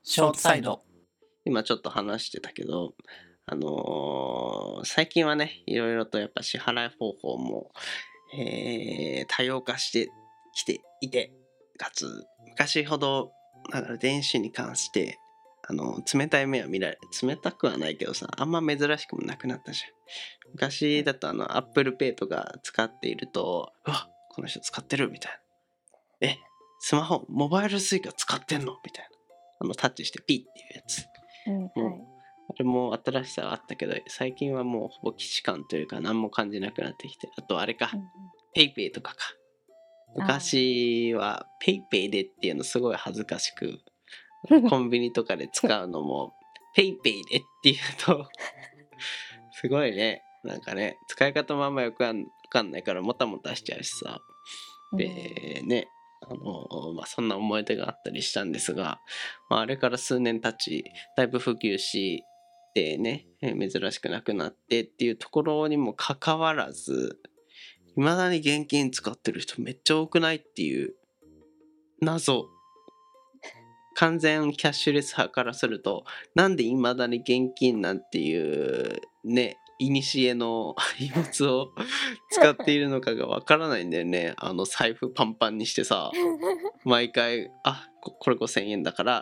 ショートサイド。 今ちょっと話してたけど、最近はね、いろいろとやっぱ支払い方法も、多様化してきていて、かつ昔ほどだから電子に関して冷たい目は見られ、冷たくはないけどさ、あんま珍しくもなくなったじゃん。昔だとApple Pay とか使っていると、うわ、この人使ってるみたいな。スマホモバイルスイカ使ってんのみたいな。タッチしてピッっていうやつ。もうあれも新しさはあったけど、最近はもうほぼ既視感というか何も感じなくなってきて、あとあれか、ペイペイとかか。昔はペイペイでっていうのすごい恥ずかしく、コンビニとかで使うのもペイペイでっていうとすごいね、なんかね、使い方もあんまよくわかんないからもたもたしちゃうしさ。でね、そんな思い出があったりしたんですが、あれから数年経ちだいぶ普及してね、珍しくなくなってっていうところにもかかわらず、未だに現金使ってる人めっちゃ多くないっていう謎。完全キャッシュレス派からすると、なんで未だに現金なんていうね、古の遺物を使っているのかがわからないんだよね。財布パンパンにしてさ、毎回これ5000円だから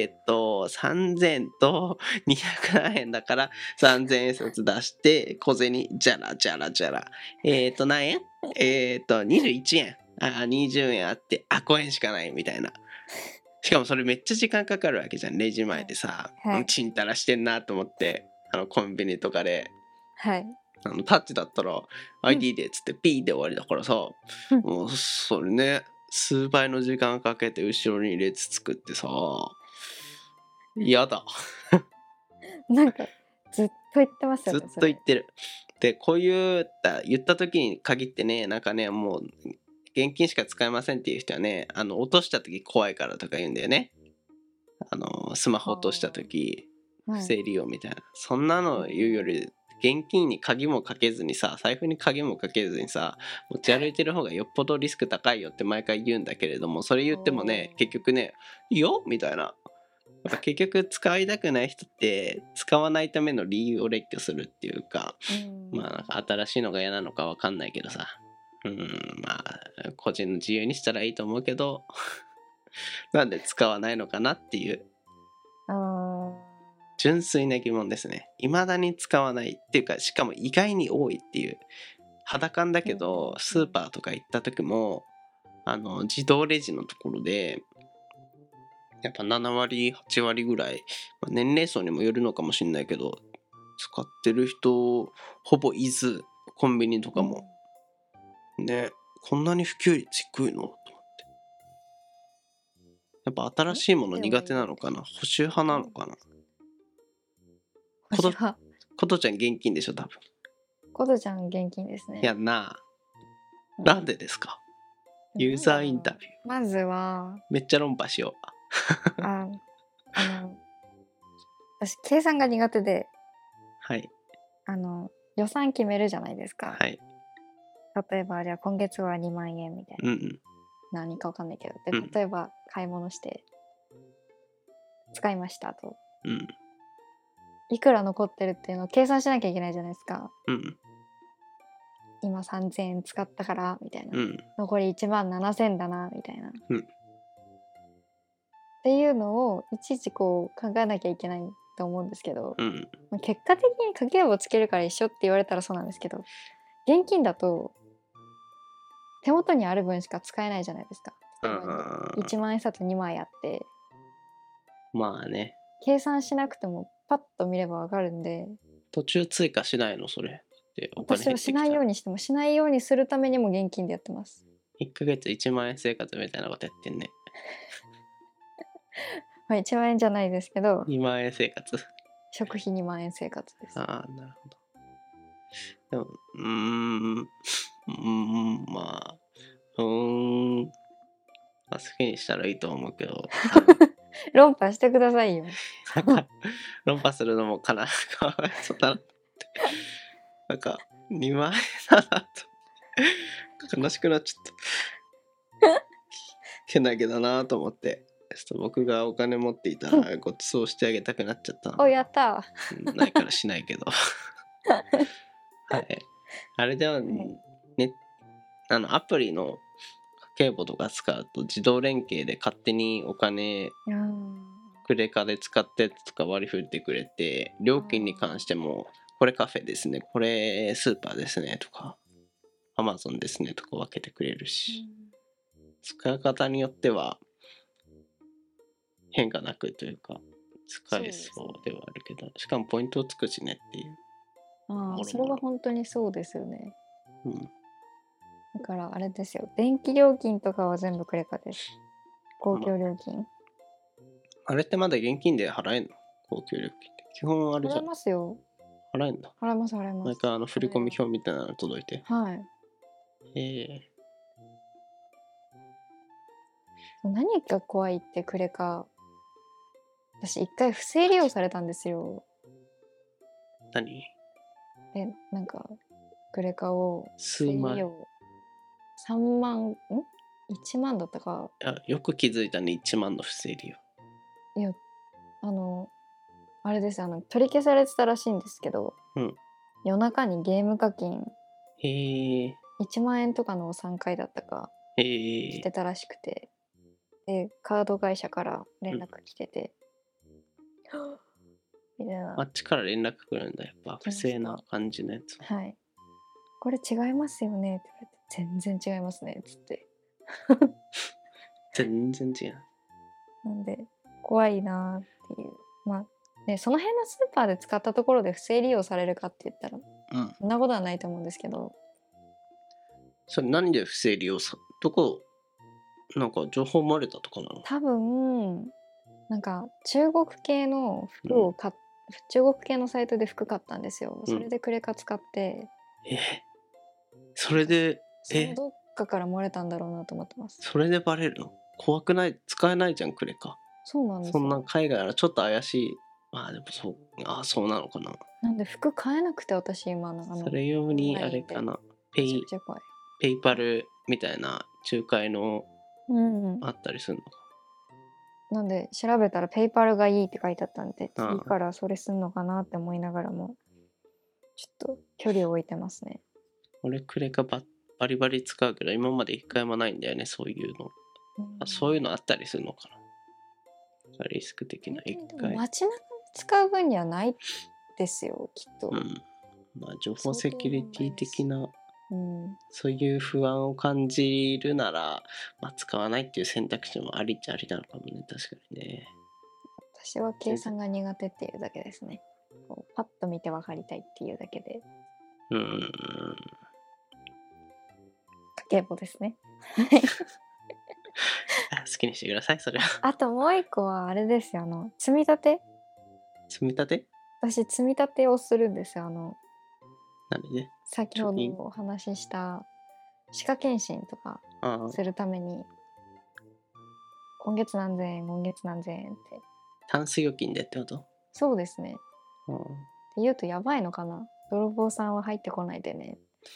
3000と200何円だから3000円札出して小銭じゃらじゃらじゃら何円21円20円あって5円しかないみたいな。しかもそれめっちゃ時間かかるわけじゃん。レジ前でさ、ちんたらしてんなと思って、コンビニとかで、タッチだったら ID でっつってピーで終わりだからさ、もうそれね、数倍の時間かけて後ろに列作ってさ、嫌だ。 なんかずっと言ってますよね。 ずっと言ってる。で、こう言った時に限ってね、なんかね、もう現金しか使えませんっていう人はね、落とした時怖いからとか言うんだよね。スマホ落とした時不正利用みたいな、そんなの言うより現金に鍵もかけずにさ、財布に鍵もかけずにさ、持ち歩いてる方がよっぽどリスク高いよって毎回言うんだけれども、それ言ってもね、結局ね、いいよみたいな。やっぱ結局使いたくない人って使わないための理由を列挙するっていうか、まあなんか新しいのが嫌なのか分かんないけどさ、まあ個人の自由にしたらいいと思うけどなんで使わないのかなっていう純粋な疑問ですね。未だに使わないっていうか、しかも意外に多いっていう。肌感だけど、スーパーとか行った時も自動レジのところでやっぱ7割8割ぐらい、年齢層にもよるのかもしれないけど使ってる人ほぼいず、コンビニとかもね、こんなに普及率低いのと思って。やっぱ新しいもの苦手なのかな、保守派なのかな。ことちゃん現金でしょ多分。 ことちゃん現金ですね。 いやなんでですか。ユーザーインタビュー。 まずはめっちゃ論破しよう。 私計算が苦手で、 はい。 予算決めるじゃないですか。 はい。 例えばじゃあ今月は2万円みたいな。何かわかんないけど、で例えば買い物して使いましたと。いくら残ってるっていうのを計算しなきゃいけないじゃないですか。今3000円使ったからみたいな、残り1万7000だなみたいな、っていうのをいちいちこう考えなきゃいけないと思うんですけど、結果的に家計簿をつけるから一緒って言われたらそうなんですけど、現金だと手元にある分しか使えないじゃないですか。1万円札2枚あってまあね、 計算しなくてもパッと見ればわかるんで。 途中追加しないのそれってお金私はしないようにしても、しないようにするためにも現金でやってます。 1ヶ月1万円生活みたいなことやってんね。 まあ1万円じゃないですけど 2万円生活、 食費2万円生活です。 なるほど。でもまあ好きにしたらいいと思うけど論破してくださいよ。 論破するのもかわいそうだなってなんか2万円だなと悲しくなっちゃったけなげだなと思って。 僕がお金持っていたらご馳走してあげたくなっちゃったな。 お、やったないからしないけどはい。あれではね、アプリの家計簿とか使うと自動連携で勝手にお金クレカで使ったやつとか割り振ってくれて、料金に関してもこれカフェですね、これスーパーですねとかアマゾンですねとか分けてくれるし、使い方によっては変化なくというか使えそうではあるけど、しかもポイントをつくしねっていう。 それは本当にそうですよね。 うん。 だからあれですよ、電気料金とかは全部クレカです。公共料金。 あれってまだ現金で払えんの？公共料金って基本あれじゃん。 払えますよ。 払えんだ。 払えます。 なんか振込表みたいなの届いて。 はい。何が怖いってクレカ。私一回不正利用されたんですよ。 何？ なんかクレカを数万。 3万1万だったか。 よく気づいたね、1万の不正利用。 いや、あれです、取り消されてたらしいんですけど、夜中にゲーム課金1万円とかのを3回だったかしてたらしくて、でカード会社から連絡来てて、みたいな。 あっちから連絡来るんだ、やっぱ不正な感じのやつ。 はい。これ違いますよねって言われて、全然違いますねっつって全然違う。 なんで怖いなっていう。まあね、その辺のスーパーで使ったところで不正利用されるかって言ったら、そんなことはないと思うんですけど。 それ何で不正利用どこ、なんか情報漏れたとかなの？ 多分なんか中国系の服を中国系のサイトで服買ったんですよ。それでクレカ使って、 それでどっかから漏れたんだろうなと思ってます。 それでバレるの？怖くない？使えないじゃんクレカ。 そうなんですよ。 そんな海外はちょっと怪しい。でもそうなのかな。 なんで服買えなくて、私今のそれ用にあれかな、ペイパルみたいな仲介のあったりするのか。 なんで調べたらペイパルがいいって書いてあったんで、次からそれすんのかなって思いながらもちょっと距離を置いてますね。 俺クレカバリバリ使うけど今まで一回もないんだよね、そういうの。そういうのあったりするのかな、リスク的な。一回街中で使う分にはないですよ、きっと。 情報セキュリティ的な、そういう不安を感じるなら、使わないっていう選択肢もありっちゃありなのかもね、確かにね。 私は計算が苦手っていうだけですね。パッと見て分かりたいっていうだけで。家計簿ですね。 好きにしてください、それは。 あともう一個はあれですよ、積み立て。 積み立て？ 私積み立てをするんですよ。 何で？ 先ほどお話しした歯科検診とかするために、今月何千円今月何千円って。 タンス預金でってこと？ そうですね。って言うとやばいのかな、泥棒さんは入ってこないでね。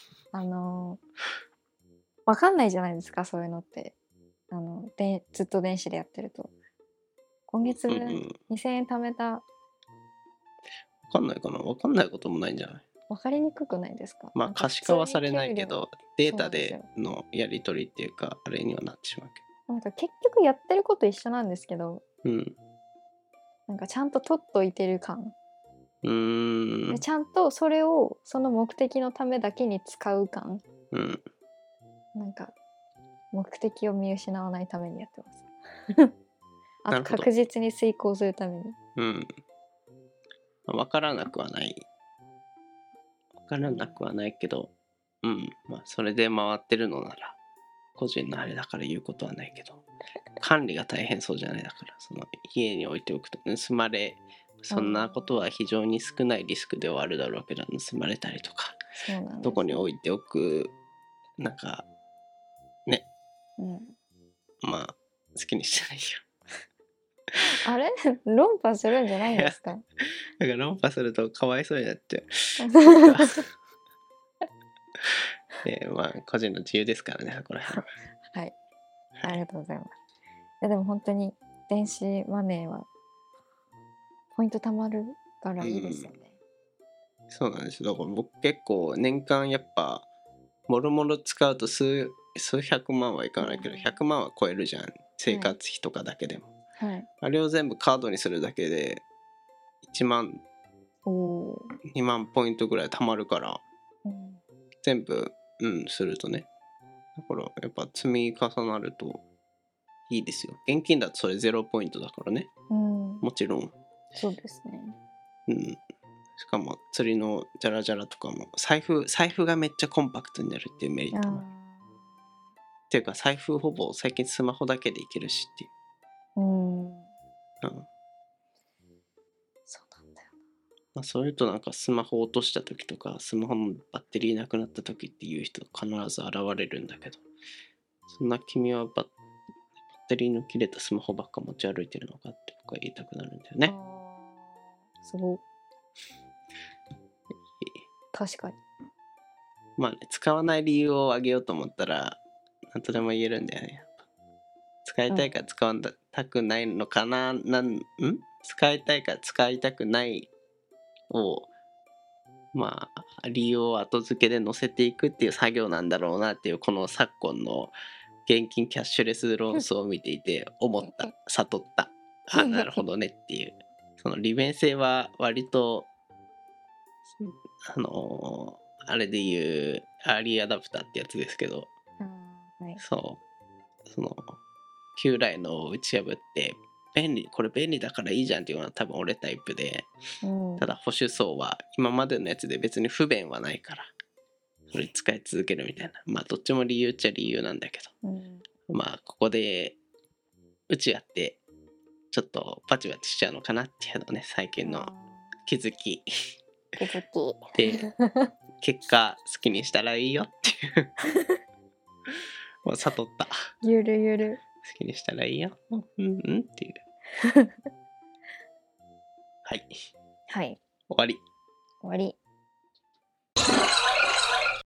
わかんないじゃないですか、そういうのって。ずっと電子でやってると、今月2000円貯めた。 わかんないかな。わかんないこともないんじゃない？ わかりにくくないですか？ 可視化はされないけど、データでのやり取りっていうか、あれにはなってしまうけど。なんか結局やってること一緒なんですけど、なんかちゃんと取っといてる感。でちゃんとそれをその目的のためだけに使う感。なんか目的を見失わないためにやってますあと確実に遂行するために。 分からなくはないけど、それで回ってるのなら個人のあれだから言うことはないけど、管理が大変そうじゃない。だからその家に置いておくと盗まれ、そんなことは非常に少ないリスクではあるだろうけど、盗まれたりとか、どこに置いておく、なんかね、好きにしてないよあれ論破するんじゃないんですか？ だから論破するとかわいそうになっちゃう個人の自由ですからね、そこら辺は。 はい、ありがとうございます。でも本当に電子マネーはポイント貯まるからいいですよね。 そうなんですよ。だから僕結構年間やっぱもろもろ使うと数百万はいかないけど、100万は超えるじゃん、生活費とかだけでも、 はい、 あれを全部カードにするだけで1万2万ポイントぐらい貯まるから、全部するとね、だからやっぱ積み重なるといいですよ。現金だとそれ0ポイントだからね、もちろん。 そうですね。しかも釣りのジャラジャラとかも財布がめっちゃコンパクトになるっていうメリットも。っていうか財布ほぼ最近スマホだけでいけるしっていう。 そうなんだよな。そういうとなんかスマホ落とした時とかスマホのバッテリーなくなった時っていう人必ず現れるんだけど、そんな君はバッテリーの切れたスマホばっか持ち歩いてるのかって僕は言いたくなるんだよね。 すごい。確かに。 まあね、使わない理由を挙げようと思ったら何とでも言えるんだよね。使いたいから使わたくないのかな、使いたいから使いたくないをまあ理由を後付けで載せていくっていう作業なんだろうなっていう、この昨今の現金キャッシュレス論争を見ていて思った悟ったなるほどねっていう。その利便性は割とあれでいうアーリーアダプターってやつですけど、そうその旧来のを打ち破ってこれ便利だからいいじゃんっていうのは多分俺タイプで、ただ保守層は今までのやつで別に不便はないからそれ使い続けるみたいな、まあどっちも理由っちゃ理由なんだけど、まあここで打ち合ってちょっとバチバチしちゃうのかなっていうのね、最近の気づきで結果好きにしたらいいよっていうもう悟った。 ゆるゆる好きにしたらいいよっていうはいはい、 終わり。